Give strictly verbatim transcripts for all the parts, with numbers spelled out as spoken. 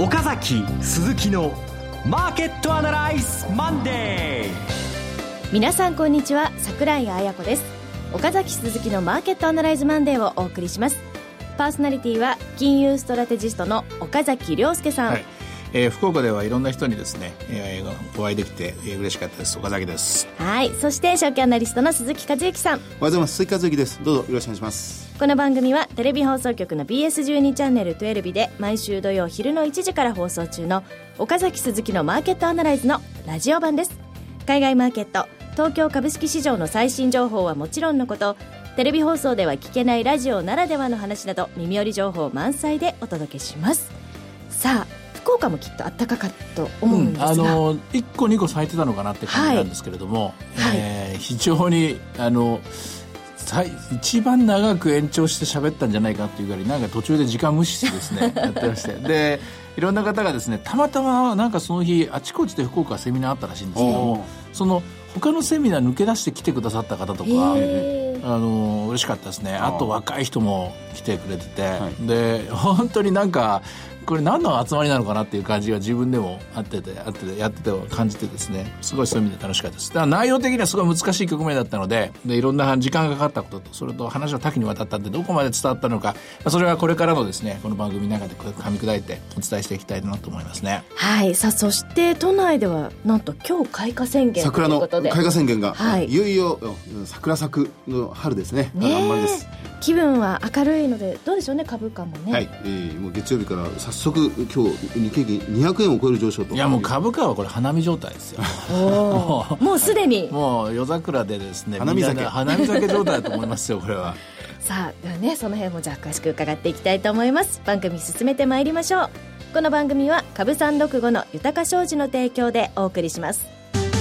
岡崎鈴木のマーケットアナライズマンデー。 皆さんこんにちは、桜井彩子です。岡崎鈴木のマーケットアナライズマンデーをお送りします。パーソナリティは金融ストラテジストの岡崎亮介さん、はい。 えー、福岡ではいろんな人にですね、えー、お会いできて、えー、嬉しかったです。岡崎です。 はい。そして証券アナリストの鈴木和之さん。おはようございます。鈴木和之です。どうぞよろしくお願いします。 この番組はテレビ放送局の ビーエスじゅうに チャンネルじゅうにで毎週土曜昼のいちじから放送中の岡崎鈴木のマーケットアナライズのラジオ版です。海外マーケット、東京株式市場の最新情報はもちろんのこと、テレビ放送では聞けないラジオならではの話など耳寄り情報満載でお届けします。さあ、福岡もきっと暖かかったと思うんですが、うん、あのいっこにこ咲いてたのかなって感じなんですけれども、はい、えー、非常にあの一番長く延長して喋ったんじゃないかっていうぐらい、なんか途中で時間無視してですねやってまして、でいろんな方がですね、たまたまなんかその日あちこちで福岡セミナーあったらしいんですけども、その他のセミナー抜け出して来てくださった方とか、あの嬉しかったですね。あと若い人も来てくれてて、はい、で本当になんかこれ何の集まりなのかなっていう感じが自分でもあっててあっててやってて感じてですね、すごいそういう意味で楽しかったです。だから内容的にはすごい難しい局面だったので、でいろんな時間がかかったことと、それと話は多岐にわたったんで、どこまで伝わったのか、それはこれからのですねこの番組の中で噛み砕いてお伝えしていきたいなと思いますね。 はい。さあ、そして都内ではなんと今日開花宣言ということで、 桜の開花宣言が、はい、いよいよ桜咲くの春ですね。 ね、 頑張りです。 気分は明るいのでどうでしょうね、株価もね。 はい、えー、もう月曜日から早速今日日経平均にひゃくえんを超える上昇と。 いや、もう株価はこれ花見状態ですよおもうすでにもう夜桜でですね、 花見酒花見酒状態だと思いますよこれは。 さあ、ではね、その辺もじゃあ詳しく伺っていきたいと思います。番組進めてまいりましょう。この番組は株さんろくごの豊か商事の提供でお送りします。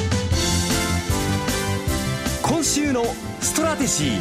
今週のストラテジー。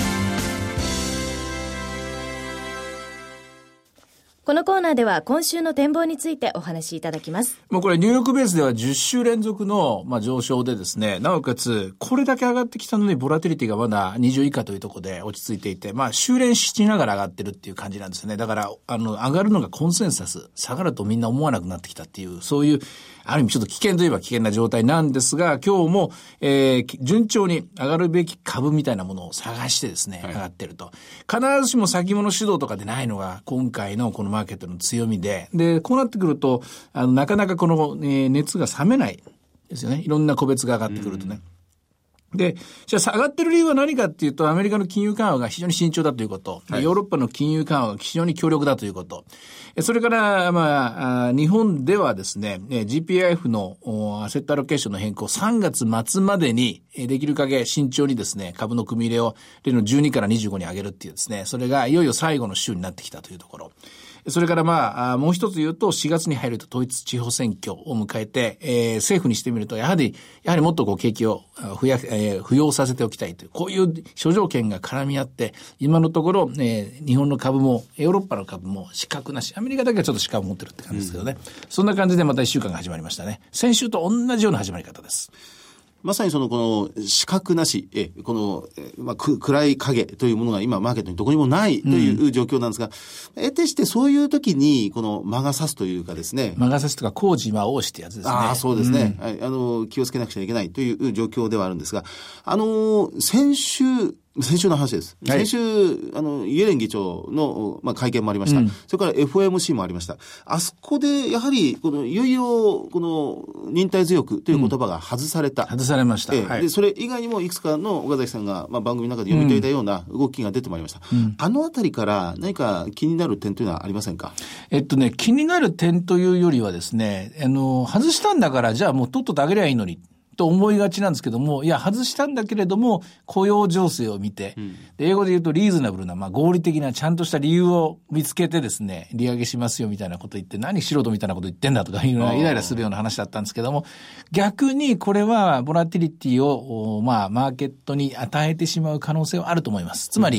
このコーナーでは今週の展望についてお話しいただきます。 もうこれニューヨークベースではじゅっしゅう連続のまあ上昇でですね、なおかつこれだけ上がってきたのにボラティリティがまだにじゅう以下というところで落ち着いていて、まあ修練しながら上がってるっていう感じなんですね。だからあの上がるのがコンセンサス、下がるとみんな思わなくなってきたっていう、そういうある意味ちょっと危険といえば危険な状態なんですが、今日も、えー、順調に上がるべき株みたいなものを探してですね、はい、上がってると。必ずしも先物主導とかでないのが今回のこのマーケットの強みで、で、こうなってくると、あの、なかなかこの、えー、熱が冷めないですよね。いろんな個別が上がってくるとね。で、じゃあ下がってる理由は何かっていうと、アメリカの金融緩和が非常に慎重だということ、はい、ヨーロッパの金融緩和が非常に強力だということ、それから、まあ、日本ではですね、ジーピーアイエフ のアセットアロケーションの変更さんがつ末までにできる限り慎重にですね、株の組み入れを例のじゅうにからにじゅうごに上げるっていうですね、それがいよいよ最後の週になってきたというところ。それからまあ、もう一つ言うとしがつに入ると統一地方選挙を迎えて、えー、政府にしてみるとやはり、やはりもっとこう景気を増や、えー、浮揚させておきたいという、こういう諸条件が絡み合って、今のところ、えー、日本の株もヨーロッパの株も死角なし、アメリカだけはちょっと死角を持ってるって感じですけどね。うん、そんな感じでまたいっしゅうかんが始まりましたね。先週と同じような始まり方です。 まさにそのこの視覚なし、え、この、まあ、く暗い影というものが今マーケットにどこにもないという状況なんですが、うん、得てしてそういう時にこの魔が差すというかですね。 魔が差すとか工事魔王子ってやつですね。 ああ、そうですね、うん、はい。あの、気をつけなくちゃいけないという状況ではあるんですが、あの、先週、先週の話です。はい、先週、あの、イエレン議長の、まあ、会見もありました。うん、それから エフオーエムシー もありました。あそこで、やはり、この、いよいよ、この、忍耐強くという言葉が外された。 うん、外されました。 えーはい、で、それ以外にもいくつかの岡崎さんが、まあ、番組の中で読み解いたような動きが出てまいりました。うん、あのあたりから何か気になる点というのはありませんか？ えっとね、気になる点というよりはですね、あの、外したんだから、じゃあもうとっとと上げりゃいいのに。と思いがちなんですけども、いや外したんだけれども雇用情勢を見て、うん、で英語で言うとリーズナブルな、まあ、合理的なちゃんとした理由を見つけてですね、利上げしますよみたいなこと言って、何素人みたいなこと言ってんだとかいうのはイライラするような話だったんですけども、逆にこれはボラティリティをまあマーケットに与えてしまう可能性はあると思います。つまり、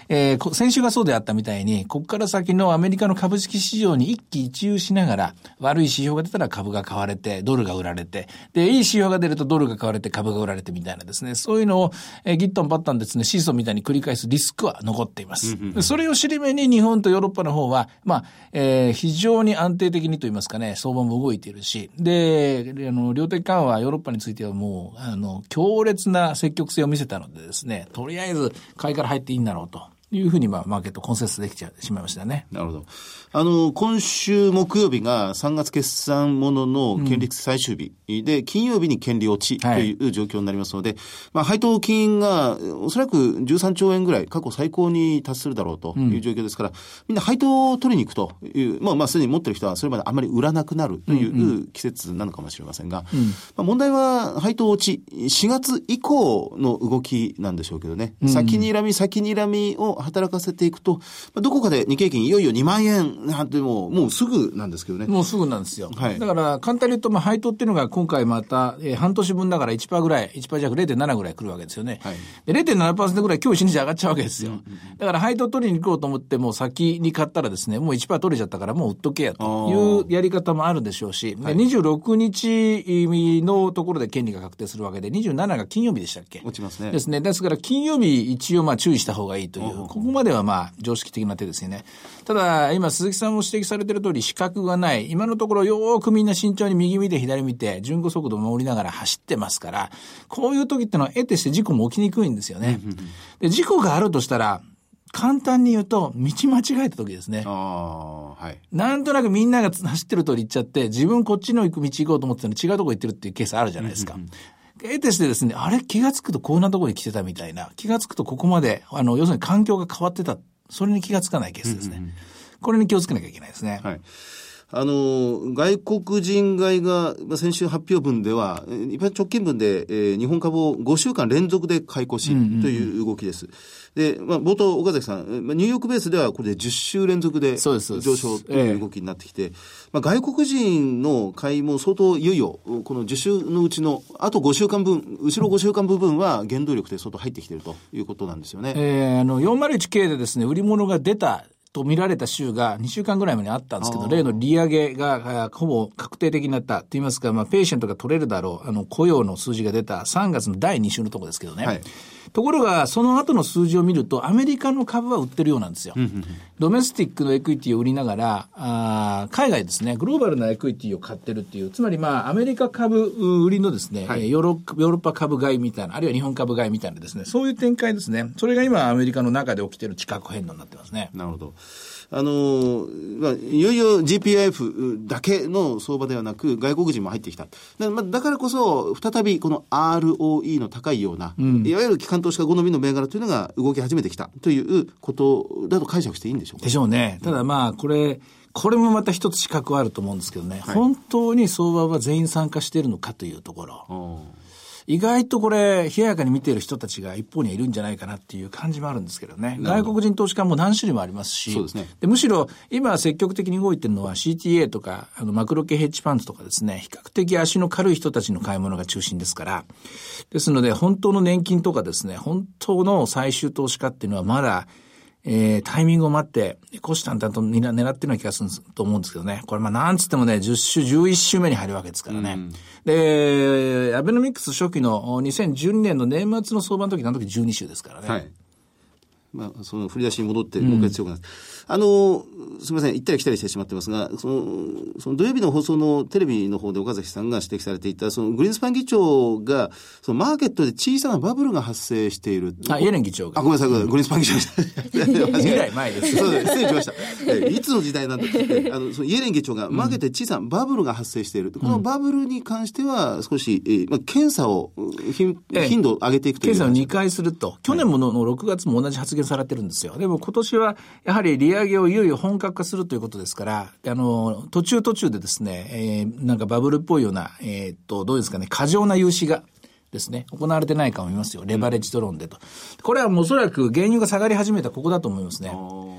えー、先週がそうであったみたいに、ここから先のアメリカの株式市場に一喜一憂しながら、悪い指標が出たら株が買われて、ドルが売られて、で、いい指標が出るとドルが買われて、株が売られてみたいなですね、そういうのを、えー、ギットンバッタンですね、シーソーみたいに繰り返すリスクは残っています。それを尻目に日本とヨーロッパの方は、まあ、えー、非常に安定的にと言いますかね、相場も動いているし、で、あの、量的緩和、ヨーロッパについてはもう、あの、強烈な積極性を見せたのでですね、とりあえず買いから入っていいんだろうというふうに、まあ、マーケットコンセンサスできちゃってしまいましたね。 なるほど。あの、今週木曜日がさんがつ決算ものの権利最終日、うん、で、金曜日に権利落ちという状況になりますので、はい、まあ、配当金がおそらくじゅうさんちょうえんぐらい過去最高に達するだろうという状況ですから、うん、みんな配当を取りに行くという、まあ、まあ、すでに持ってる人はそれまであまり売らなくなるという季節なのかもしれませんが、うんうん、まあ、問題は配当落ち、しがつ以降の動きなんでしょうけどね、うん、先にらみ先にらみを働かせていくと、どこかで日経平均いよいよにまんえんなんてもう、もうすぐなんですけどね。 もうすぐなんですよ。はい。だから簡単に言うと、まあ、配当っていうのが今回また、えー、半年分だから いちパーセント ぐらい、いちパーセント 弱 れいてんなな ぐらい来るわけですよね。はい。で、れいてんななパーセント ぐらい今日一日上がっちゃうわけですよ。うんうんうん、だから配当取りに行こうと思っても先に買ったらですね、もう いちパーセント 取れちゃったからもう売っとけやというやり方もあるでしょうし、はい、にじゅうろくにちのところで権利が確定するわけで、にじゅうしちが金曜日でしたっけ？ 落ちますね。 ですね。ですから金曜日一応まあ注意した方がいいという、ここまではまあ常識的な手ですよね。ただ今鈴木さんも指摘されている通り資格がない、今のところよーくみんな慎重に右見て左見て順行速度を守りながら走ってますから、こういう時ってのは得てして事故も起きにくいんですよね。で、事故があるとしたら簡単に言うと道間違えた時ですね。あ、はい、なんとなくみんなが走ってる通り行っちゃって自分こっちの行く道行こうと思ってたのに違うとこ行ってるっていうケースあるじゃないですか。得てしてですね、あれ気がつくとこんなところに来てたみたいな、気がつくとここまであの要するに環境が変わってた、それに気がつかないケースですね。うんうんうん、これに気をつけなきゃいけないですね。 はい。あの、外国人買いが、先週発表分では、一般直近分で、えー、日本株をごしゅうかん連続で買い越しという動きです。うんうんうん、で、まあ、冒頭、岡崎さん、ニューヨークベースではこれでじゅっしゅう連続で上昇という動きになってきて、えーまあ、外国人の買いも相当いよいよ、このじゅっしゅうのうちのあとごしゅうかんぶん、後ろごしゅうかん部分は原動力で相当入ってきているということなんですよね。 えー、あの、よんまるいちケー でですね、売り物が出たと見られた週がにしゅうかんぐらい前にあったんですけど、例の利上げがほぼ確定的になったといいますか、まあ、ペーシェントが取れるだろう、あの雇用の数字が出たさんがつのだいに週のところですけどね、はい、ところがその後の数字を見るとアメリカの株は売ってるようなんですよ。ドメスティックのエクイティを売りながら、あ海外ですね、グローバルなエクイティを買ってるっていう、つまりまあアメリカ株売りのですね、はい、ヨーロッ、ヨーロッパ株買いみたいな、あるいは日本株買いみたいなですね、そういう展開ですね。それが今アメリカの中で起きている地殻変動になってますね。 なるほど。あの、まあ、いよいよ ジーピーアイエフ だけの相場ではなく外国人も入ってきた。だ, まあ、だからこそ再びこの アールオーイー の高いような、うん、いわゆる機関投資家好みの銘柄というのが動き始めてきたということだと解釈していいんでしょうか。 でしょうね。ただまあこれこれもまた一つ資格はあると思うんですけどね、はい、本当に相場は全員参加しているのかというところ、意外とこれ冷ややかに見ている人たちが一方にはいるんじゃないかなっていう感じもあるんですけどね。外国人投資家も何種類もありますし、 そうですね。 でむしろ今積極的に動いてるのは シーティーエー とかあのマクロ系ヘッジファンドとかですね、比較的足の軽い人たちの買い物が中心ですから、ですので本当の年金とかですね、本当の最終投資家っていうのはまだえー、タイミングを待って虎視眈々と狙ってるような気がすると思うんですけどね。これまあなんつってもねじゅっ週じゅういっ週目に入るわけですからね、うん、でアベノミクス初期のにせんじゅうにねんの年末の相場の時の時じゅうに週ですからね、はい、 まあ、その振り出しに戻ってもう一回強くなって、うん、あのすみません行ったり来たりしてしまってますが、そのその土曜日の放送のテレビの方で岡崎さんが指摘されていたそのグリーンスパン議長がそのマーケットで小さなバブルが発生している。 あ、イエレン議長が。 あ、ごめんなさい、グリーンスパン議長にだいまえです。 そうです、失礼しました。えいつの時代なんだって、あのそのイエレン議長がマーケットで小さなバブルが発生している、うん、このバブルに関しては少し、えーまあ、検査を頻度を上げていくという、 検査をにかいすると、去年ものろくがつも同じ発言されてるんですよ。でも今年はやはり利上げをいよいよ本格化するということですから、あの途中途中でですね、えー、なんかバブルっぽいような、えー、っとどうですかね、過剰な融資がですね行われてないかも見ますよ。レバレッジドローンでと、これはもうおそらく原油が下がり始めたここだと思いますね。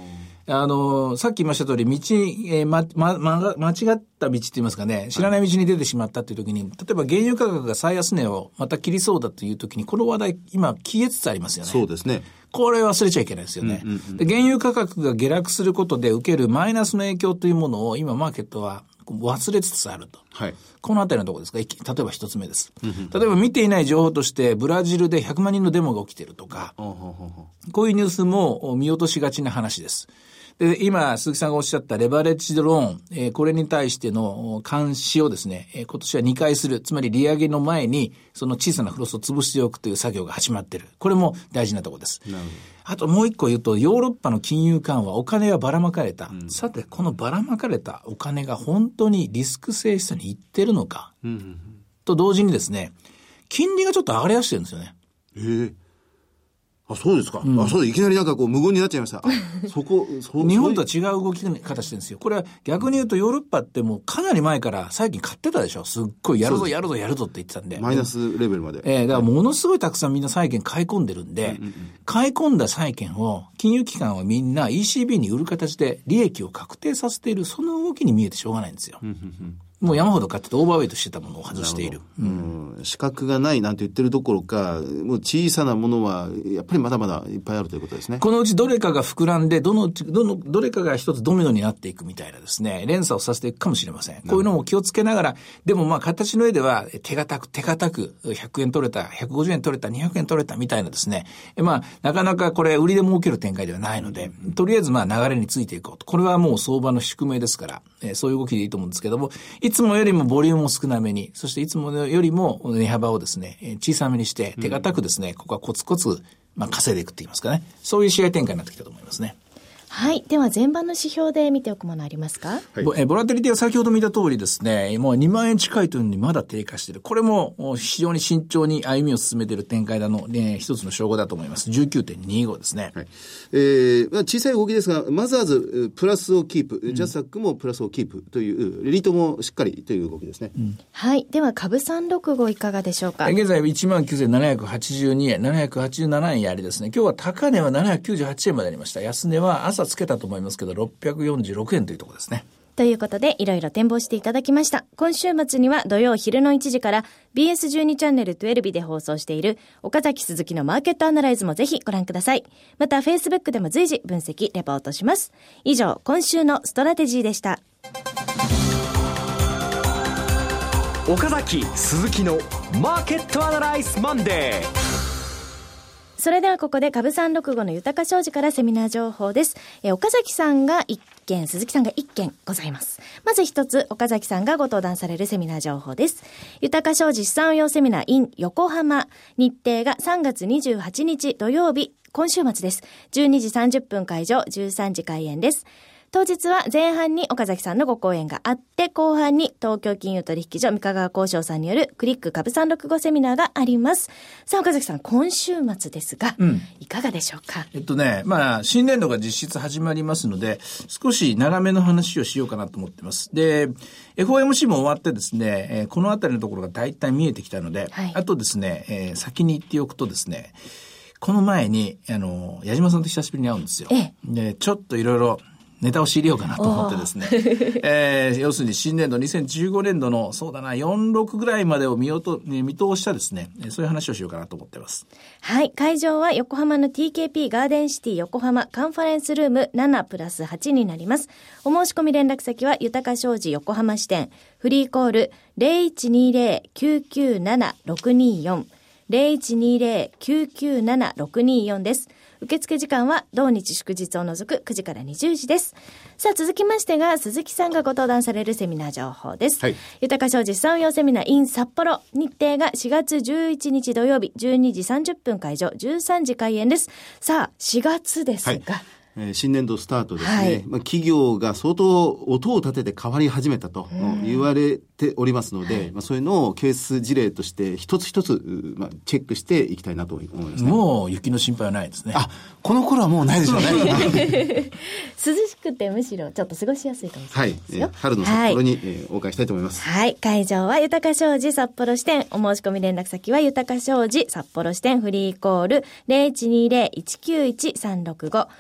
あの、さっき言いました通り、道、えー、ま、ま、ま、間違った道って言いますかね、知らない道に出てしまったという時に、例えば原油価格が最安値をまた切りそうだという時に、この話題、今消えつつありますよね。 そうですね。 これ忘れちゃいけないですよね。 うんうんうん、 で原油価格が下落することで受けるマイナスの影響というものを今マーケットは忘れつつあると。 はい。 このあたりのところですか。例えば一つ目です。うんうん、例えば見ていない情報としてブラジルでひゃくまんにんのデモが起きているとか、うんうんうん、こういうニュースも見落としがちな話です。で、今、鈴木さんがおっしゃったレバレッジドローン、えー、これに対しての監視をですね、えー、今年はにかいする。つまり利上げの前に、その小さなフロスを潰しておくという作業が始まっている。これも大事なところです。なるほど。あともう一個言うと、ヨーロッパの金融緩和、お金がばらまかれた。うん、さて、このばらまかれたお金が本当にリスク性資産にいってるのか、うんうんうん、と同時にですね、金利がちょっと上がり出してるんですよね。 えーあ、そうですか。うん、あ、そうで、いきなりなんかこう無言になっちゃいました。そこ、 そ日本とは違う動き方してるんですよ。これは逆に言うとヨーロッパってもうかなり前から最近買ってたでしょ。すっごいやるぞやるぞやるぞって言ってたんで。 マイナスレベルまで。 ええー、だからものすごいたくさんみんな債券買い込んでるんで、うんうんうん、買い込んだ債券を金融機関はみんな イーシービー に売る形で利益を確定させている、その動きに見えてしょうがないんですよ。うんうんうん、もう山ほど買っててオーバーウェイトしてたものを外している。 うん、資格がないなんて言ってるどころか、もう小さなものはやっぱりまだまだいっぱいあるということですね。 このうちどれかが膨らんで、どのうち、どの、どれかが一つドミノになっていくみたいなですね、連鎖をさせていくかもしれません。こういうのも気をつけながら、でもまあ形の上では手堅く、手堅くひゃくえん取れた、ひゃくごじゅうえん取れた、にひゃくえん取れたみたいなですね、まあなかなかこれ売りで儲ける展開ではないので、とりあえずまあ流れについていこうと。これはもう相場の宿命ですから、えー、そういう動きでいいと思うんですけども、いつもよりもボリュームも少なめに、そしていつもよりも値幅をですね、小さめにして、手堅くですね、ここはコツコツ、まあ、稼いでいくって言いますかね。そういう試合展開になってきたと思いますね。 はい。では前場の指標で見ておくものありますか？ はい、ボ, ボラテリティは先ほど見た通りですね、もうにまんえん近いというのにまだ低下している。これも非常に慎重に歩みを進めている展開だの、ね、一つの証拠だと思います。じゅうきゅうてんにじゅうご ですね。 はい、えー、小さい動きですが、マザーズプラスをキープ、うん、ジャスダックもプラスをキープという、リートもしっかりという動きですね。うん、 はい。では株さんろくごいかがでしょうか？ 現在 いちまんきゅうせんななひゃくはちじゅうにえん、ななひゃくはちじゅうななえんやりですね。今日は高値はななひゃくきゅうじゅうはちえんまでありました。安値は朝つけたと思いますけどろっぴゃくよんじゅうろくえんというところですね。 ということでいろいろ展望していただきました。今週末には土曜昼のいちじから ビーエスじゅうに チャンネルじゅうにで放送している岡崎鈴木のマーケットアナライズもぜひご覧ください。また Facebook でも随時分析レポートします。以上、今週のストラテジーでした。 岡崎鈴木のマーケットアナライズマンデー。 それではここで株さんろくごの豊か商事からセミナー情報です。え岡崎さんがいっけん、鈴木さんがいっけんございます。まず一つ、岡崎さんがご登壇されるセミナー情報です。豊か商事資産運用セミナー in 横浜。日程がさんがつにじゅうはちにち土曜日、今週末です。じゅうにじさんじゅっぷん会場、じゅうさんじ開演です。当日は前半に岡崎さんのご講演があって、後半に東京金融取引所三河川交渉さんによるクリック株さんろくごセミナーがあります。さあ岡崎さん、今週末ですが、うん、いかがでしょうか？ えっとね、まあ新年度が実質始まりますので、少し長めの話をしようかなと思ってます。で、エフオーエムシー も終わってですね、えー、このあたりのところが大体見えてきたので、はい、あとですね、えー、先に言っておくとですね、この前にあの矢島さんと久しぶりに会うんですよ。ええ、でちょっといろいろネタを仕入れようかなと思ってですね、えー、要するに新年度にせんじゅうごねんどのそうだなよんじゅうろくぐらいまでを見ようと、ね、見通したですね、そういう話をしようかなと思っています。 はい、会場は横浜の ティーケーピー ガーデンシティ横浜カンファレンスルームななプラスはちになります。お申し込み連絡先は豊か商事横浜支店、フリーコール ゼロいちにゼロ きゅうきゅうなな ろくによん ゼロいちにゼロ きゅうきゅうなな ろくによんです。受付時間は同日祝日を除くくじからにじゅうじです。さあ続きましてが鈴木さんがご登壇されるセミナー情報です。はい、豊か商事資産運用セミナー in 札幌。日程がしがつじゅういちにち土曜日じゅうにじさんじゅっぷん会場、じゅうさんじ開演です。さあしがつですが、はい、 えー、新年度スタートですね、はい、まあ、企業が相当音を立てて変わり始めたと言われておりますので、はい、まあ、そういうのをケース事例として一つ一つ、まあ、チェックしていきたいなと思いますね。 もう雪の心配はないですね。 あ、この頃はもうないでしょうね。 涼しくてむしろちょっと過ごしやすいかもしれないですよ。 はい、えー、春の札幌に、はい、えー、お伺いしたいと思います。 はい、会場は豊か商事札幌支店、お申し込み連絡先は豊か商事札幌支店、フリーコール ゼロいちにゼロ いちきゅういち さんろくご ゼロいち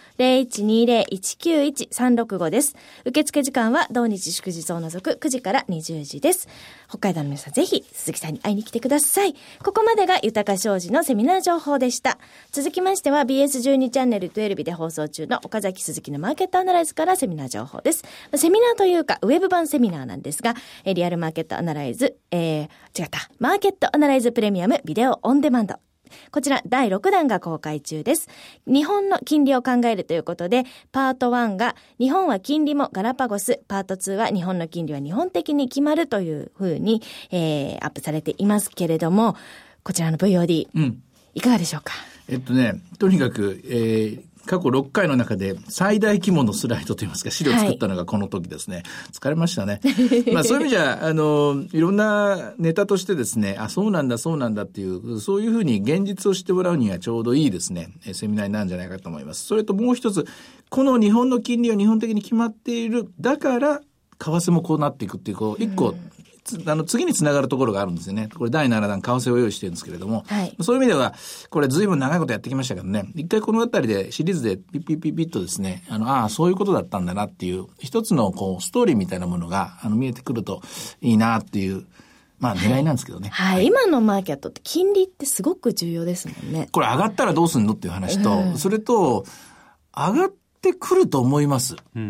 いちにゼロ いちきゅういち さんろくごです。受付時間は同日祝日を除くくじからにじゅうじです。北海道の皆さんぜひ鈴木さんに会いに来てください。ここまでが豊か商事のセミナー情報でした。続きましては ビーエスじゅうに チャンネルじゅうにで放送中の岡崎鈴木のマーケットアナライズからセミナー情報です。セミナーというかウェブ版セミナーなんですが、リアルマーケットアナライズ、えー、違った、マーケットアナライズプレミアムビデオオンデマンド。こちらだいろくだんが公開中です。日本の金利を考えるということで、パートいちが日本は金利もガラパゴス、パートには日本の金利は日本的に決まるというふうに、えー、アップされていますけれども、こちらの ブイオーディー、うん、いかがでしょうか。 えっとね、とにかく、えー過去ろっかいの中で最大規模のスライドといいますか資料を作ったのがこの時ですね、はい、疲れましたねまあそういう意味じゃあのいろんなネタとしてですね、あそうなんだそうなんだっていうそういうふうに現実を知ってもらうにはちょうどいいですねセミナーになるんじゃないかと思います。それともう一つ、この日本の金利は日本的に決まっている、だから為替もこうなっていくっていうこう一個、うんあの次につながるところがあるんですよね。これだいななだん為替を用意してるんですけれども、はい、そういう意味ではこれ随分長いことやってきましたけどね、一回このあたりでシリーズでピッピッピッピッとですね、あのああそういうことだったんだなっていう一つのこうストーリーみたいなものがあの見えてくるといいなっていうまあ狙いなんですけどね、 はいはい、今のマーケットって金利ってすごく重要ですもんね。 これ上がったらどうすんのっていう話と、うん、それと上がってくると思います、うんうん、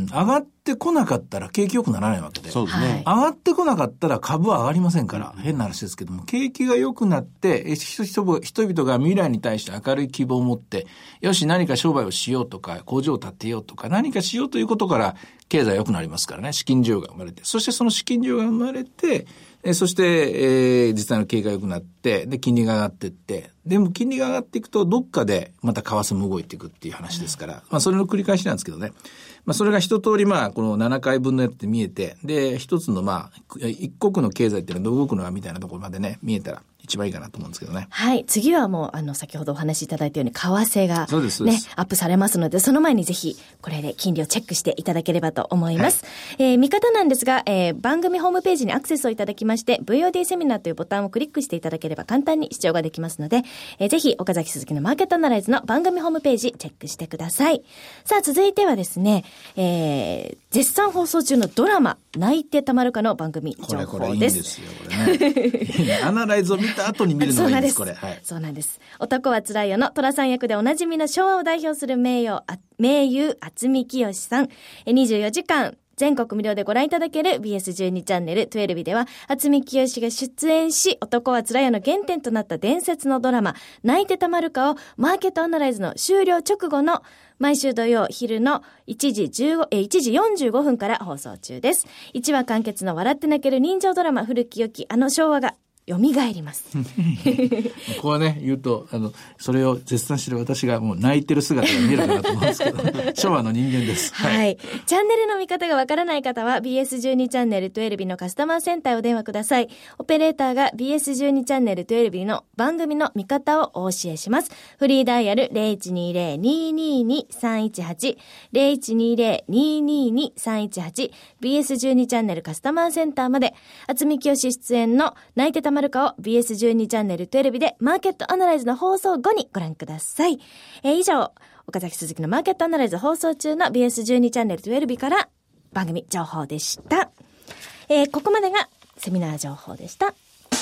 上がってこなかったら景気良くならないわけで、 そうですね、 上がってこなかったら株は上がりませんから、うん、変な話ですけども、景気が良くなって人々が未来に対して明るい希望を持って、よし何か商売をしようとか工場を建てようとか何かしようということから経済良くなりますからね、資金需要が生まれて、そしてその資金需要が生まれて、えそして、えー、実際の景気が良くなって、で、金利が上がっていって、でも金利が上がっていくと、どっかでまた為替も動いていくっていう話ですから、うん、まあ、それの繰り返しなんですけどね。まあ、それが一通り、まあ、このななかいぶんのやつで見えて、で、一つの、まあ、一国の経済っていうのはどう動くのかみたいなところまでね、見えたら、一番いいかなと思うんですけどね。 はい。次はもう、あの、先ほどお話しいただいたように、為替が、 そうです、 ね、アップされますので、その前にぜひ、これで金利をチェックしていただければと思います。はい、えー、見方なんですが、えー、番組ホームページにアクセスをいただきまして、ブイオーディー セミナーというボタンをクリックしていただければ簡単に視聴ができますので、えー、ぜひ、岡崎鈴木のマーケットアナライズの番組ホームページ、チェックしてください。さあ、続いてはですね、えー、絶賛放送中のドラマ、泣いてたまるかの番組情報です。 これ、これいいんですよ、これね。アナライズを見た後に見るのがいいんです、これ。はい、 そうなんです。男はつらいよの寅さん役でおなじみの昭和を代表する名誉、名優、渥美清さん。にじゅうよじかん、全国無料でご覧いただける ビーエスじゅうに チャンネルじゅうにでは、渥美清が出演し、男はつらいよの原点となった伝説のドラマ、泣いてたまるかをマーケットアナライズの終了直後の毎週土曜昼のいちじじゅうご、え、いちじよんじゅうごふんから放送中です。いちわ完結の笑って泣ける人情ドラマ、古き良きあの昭和が蘇ります。 ここはね、言うと、あの、それを絶賛してる私がもう泣いてる姿が見えるかなと思うんですけど、昭和の人間です。 はい。はい。チャンネルの見方がわからない方は ビーエスじゅうに チャンネルじゅうにのカスタマーセンターへお電話ください。オペレーターが ビーエスじゅうに チャンネルじゅうにの番組の見方をお教えします。フリーダイヤル ゼロいちにゼロ にーにーにー さんいちはち ゼロいちにゼロ にーにーにー さんいちはち ビーエスじゅうに チャンネルカスタマーセンターまで、渥美清出演の泣いてたまるかを ビーエスじゅうに チャンネルじゅうにでマーケットアナライズの放送後にご覧ください。えー、以上、岡崎鈴木のマーケットアナライズ放送中の ビーエスじゅうに チャンネルじゅうにから番組情報でした。えー、ここまでがセミナー情報でした。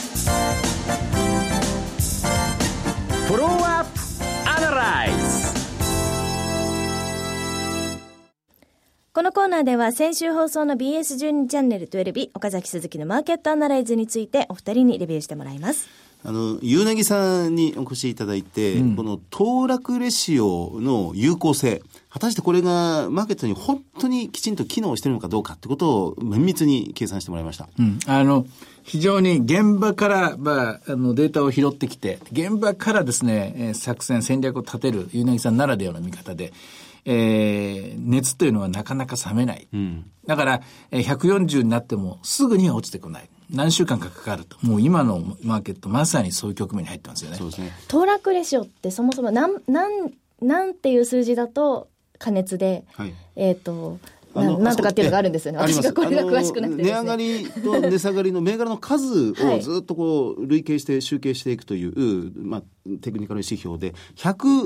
フォローアップアナライズ。 このコーナーでは先週放送の ビーエスじゅうに チャンネルじゅうに岡崎鈴木のマーケットアナライズについてお二人にレビューしてもらいます。 あの、ゆうなぎさんにお越しいただいて、うん、この騰落レシオの有効性、果たしてこれがマーケットに本当にきちんと機能しているのかどうかってことを綿密に計算してもらいました。 うん、あの、非常に現場から、まあ、あのデータを拾ってきて、現場からですね、作戦、戦略を立てるゆうなぎさんならではの見方で、えー、熱というのはなかなか冷めない。うん、だから、ひゃくよんじゅうになってもすぐには落ちてこない。何週間かかかると。もう今のマーケット、まさにそういう局面に入ってますよね。 そうですね。 騰落レシオってそもそもなん、なん、なんていう数字だと過熱で、はい、えっ、ー、と、な, なんとかっていうのがあるんですよね。私がこれが詳しくなくてですね。 値上がりと値下がりの銘柄の数をずっとこう累計して集計していくという、まあ、テクニカル指標で、ひゃく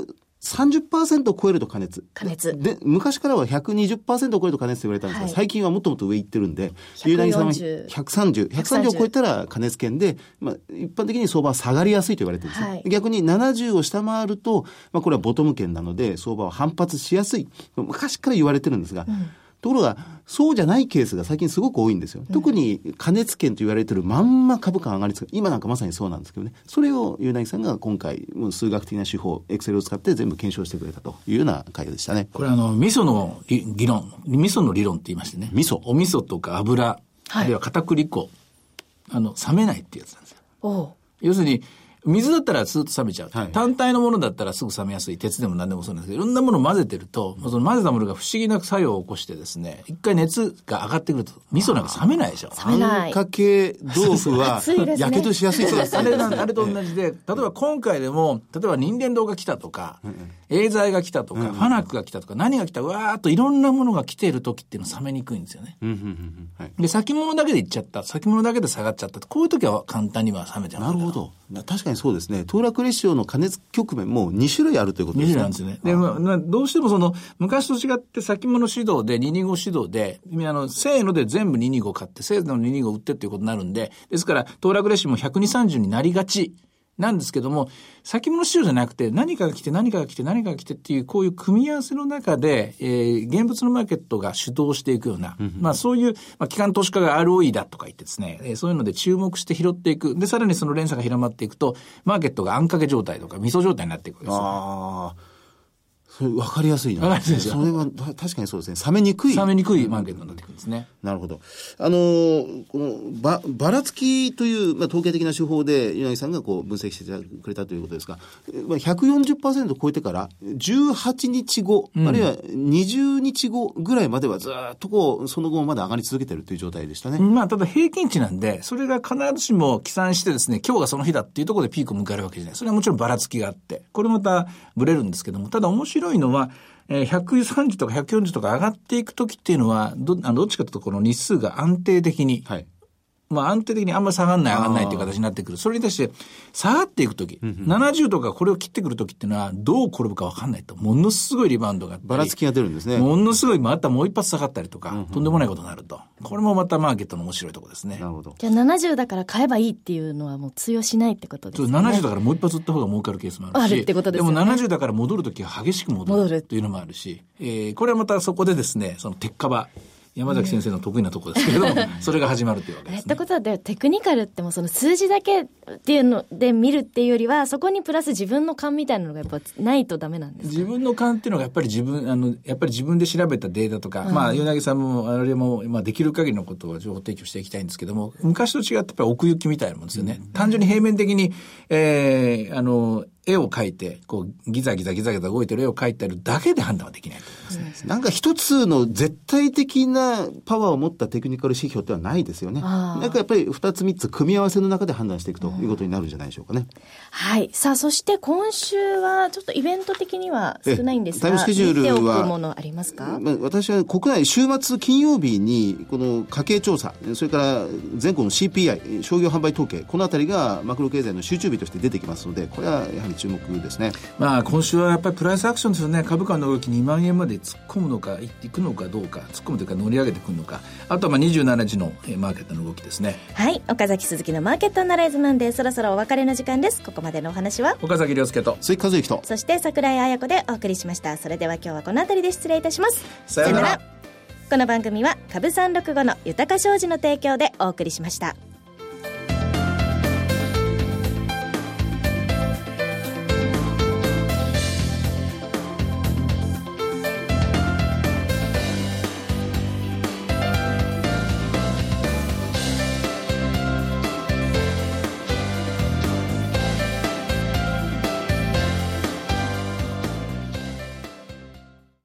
さんじゅっパーセント を超えると過熱。 過熱。 で、昔からは ひゃくにじゅっパーセント を超えると過熱と言われたんですが、はい、最近はもっともっと上行ってるんで、ユーナギさんはひゃくさんじゅう、ひゃくさんじゅうを超えたら過熱圏で、まあ、一般的に相場は下がりやすいと言われてるんですね。はい、逆にななじゅうを下回ると、まあ、これはボトム圏なので、相場は反発しやすい。昔から言われてるんですが、うん、ところが、そうじゃないケースが最近すごく多いんですよ。特に過熱圏と言われてるまんま株価上がりつく。今なんかまさにそうなんですけどね。それをユーナギさんが今回、もう数学的な手法、エクセルを使って全部検証してくれたというような会でしたね。 これあの、味噌の議論、味噌の理論って言いましてね。味噌。お味噌とか油、はい、あるいは片栗粉、あの、冷めないってやつなんですよ。おう。要するに、水だったらスーッと冷めちゃう、はい、単体のものだったらすぐ冷めやすい、鉄でも何でもそうなんですけど、いろんなものを混ぜてると、その混ぜたものが不思議な作用を起こしてですね、一回熱が上がってくると味噌なんか冷めないでしょ。 冷めない。 あんかけ豆腐はやけどしやすいです。 あれあれと同じで、例えば今回でも例えば任天堂が来たとか、エーザイが来たとか、うん、ファナックが来たとか、何が来た、うわーっといろんなものが来ている時っていうのは冷めにくいんですよね。うんうんうんはい、で先物だけでいっちゃった、先物だけで下がっちゃった、こういう時は簡単には冷めちゃう。 なるほど。確かにそうですね。騰落レシオの過熱局面もに種類あるということですね。 に種類なんですね。で、まあ、どうしてもその昔と違って先物指導でにひゃくにじゅうご指導で、あのせーので全部にひゃくにじゅうご買って、せーのにひゃくにじゅうご売ってっていうことになるんで、ですから騰落レシオもひゃくにじゅうさんじゅうになりがちなんですけども、先物市場じゃなくて何かが来て何かが来て何かが来てっていうこういう組み合わせの中で、えー、現物のマーケットが主導していくような、うんうん、まあそういう、まあ、機関投資家が アールオーイー だとか言ってですね、えー、そういうので注目して拾っていく。で、さらにその連鎖が広まっていくと、マーケットがあんかけ状態とか味噌状態になっていくわけですよ、ね。ああ。 それ分かりやすいな。分かりやすいですよ。それは確かにそうですね。冷めにくい。 冷めにくいマーケットになってくるんですね。 なるほど。あのー、このば、ばらつきという、まあ、統計的な手法で、ユナギさんがこう分析してくれたということですが、まあ、ひゃくよんじゅっパーセント 超えてから、じゅうはちにちご、うん、あるいはにじゅうにちごぐらいまではずっとこう、その後もまだ上がり続けているという状態でしたね。 まあ、ただ平均値なんで、それが必ずしも起算してですね、今日がその日だっていうところでピークを迎えるわけじゃない。それはもちろんばらつきがあって、これまたブレるんですけども、ただ面白いのは、えー、ひゃくさんじゅうとかひゃくよんじゅうとか上がっていくときっていうのは、ど、あの、どっちかというとこの日数が安定的に、はい、まあ安定的にあんまり下がんない上がんないという形になってくる。それに対して下がっていくとき、うんうん、ななじゅうとかこれを切ってくるときっていうのはどう転ぶか分かんないと。ものすごいリバウンドがあったり。 ばらつきが出るんですね。 ものすごいまたもう一発下がったりとか、うんうん、とんでもないことになると。これもまたマーケットの面白いところですね。 なるほど。 じゃあななじゅうだから買えばいいっていうのはもう通用しないってことですね。 ななじゅうだからもう一発売った方が儲かるケースもあるし。 あるってことですよね。 でもななじゅうだから戻るときは激しく戻る。戻る。というのもあるし、えー、これはまたそこでですね、その鉄火場。山崎先生の得意なところですけれども、それが始まるというわけですね。 ってことはでテクニカルってもその数字だけっていうので見るっていうよりは、そこにプラス自分の勘みたいなのがやっぱないとダメなんですか？ 自分の勘っていうのがやっぱり自分あのやっぱり自分で調べたデータとか、うん、まあ柳さんもあれもまあできる限りのことを情報提供していきたいんですけども、昔と違ってやっぱり奥行きみたいなもんですよね。うん、単純に平面的に、えー、あの絵を描いてこうギザギザギザギザ動いてる絵を描いてるだけで判断はできないと思いますね。 うん、なんか一つの絶対的なパワーを持ったテクニカル指標ってはないですよね。なんかやっぱり二つ三つ組み合わせの中で判断していくということになるんじゃないでしょうかね。うん、 はい。さあそして今週はちょっとイベント的には少ないんですが、 タイムスケジュールは見ておくものありますか？ まあ、私は国内週末金曜日にこの家計調査、それから全国の シーピーアイ 商業販売統計、このあたりがマクロ経済の集中日として出てきますので、これはやはり注目ですね。 まあ今週はやっぱりプライスアクションですよね。株価の動きにまんえんまで突っ込むのかいくのかどうか、突っ込むというか乗り上げてくるのか、あとはまあにじゅうしちにちのマーケットの動きですね。 はい、岡崎鈴木のマーケットアナライズマンデー、そろそろお別れの時間です。ここまでのお話は岡崎亮介と鈴木和之と、 そして櫻井彩子でお送りしました。それでは今日はこの辺りで失礼いたします。 さよなら。 この番組は株さんろくごの豊か商事の提供でお送りしました。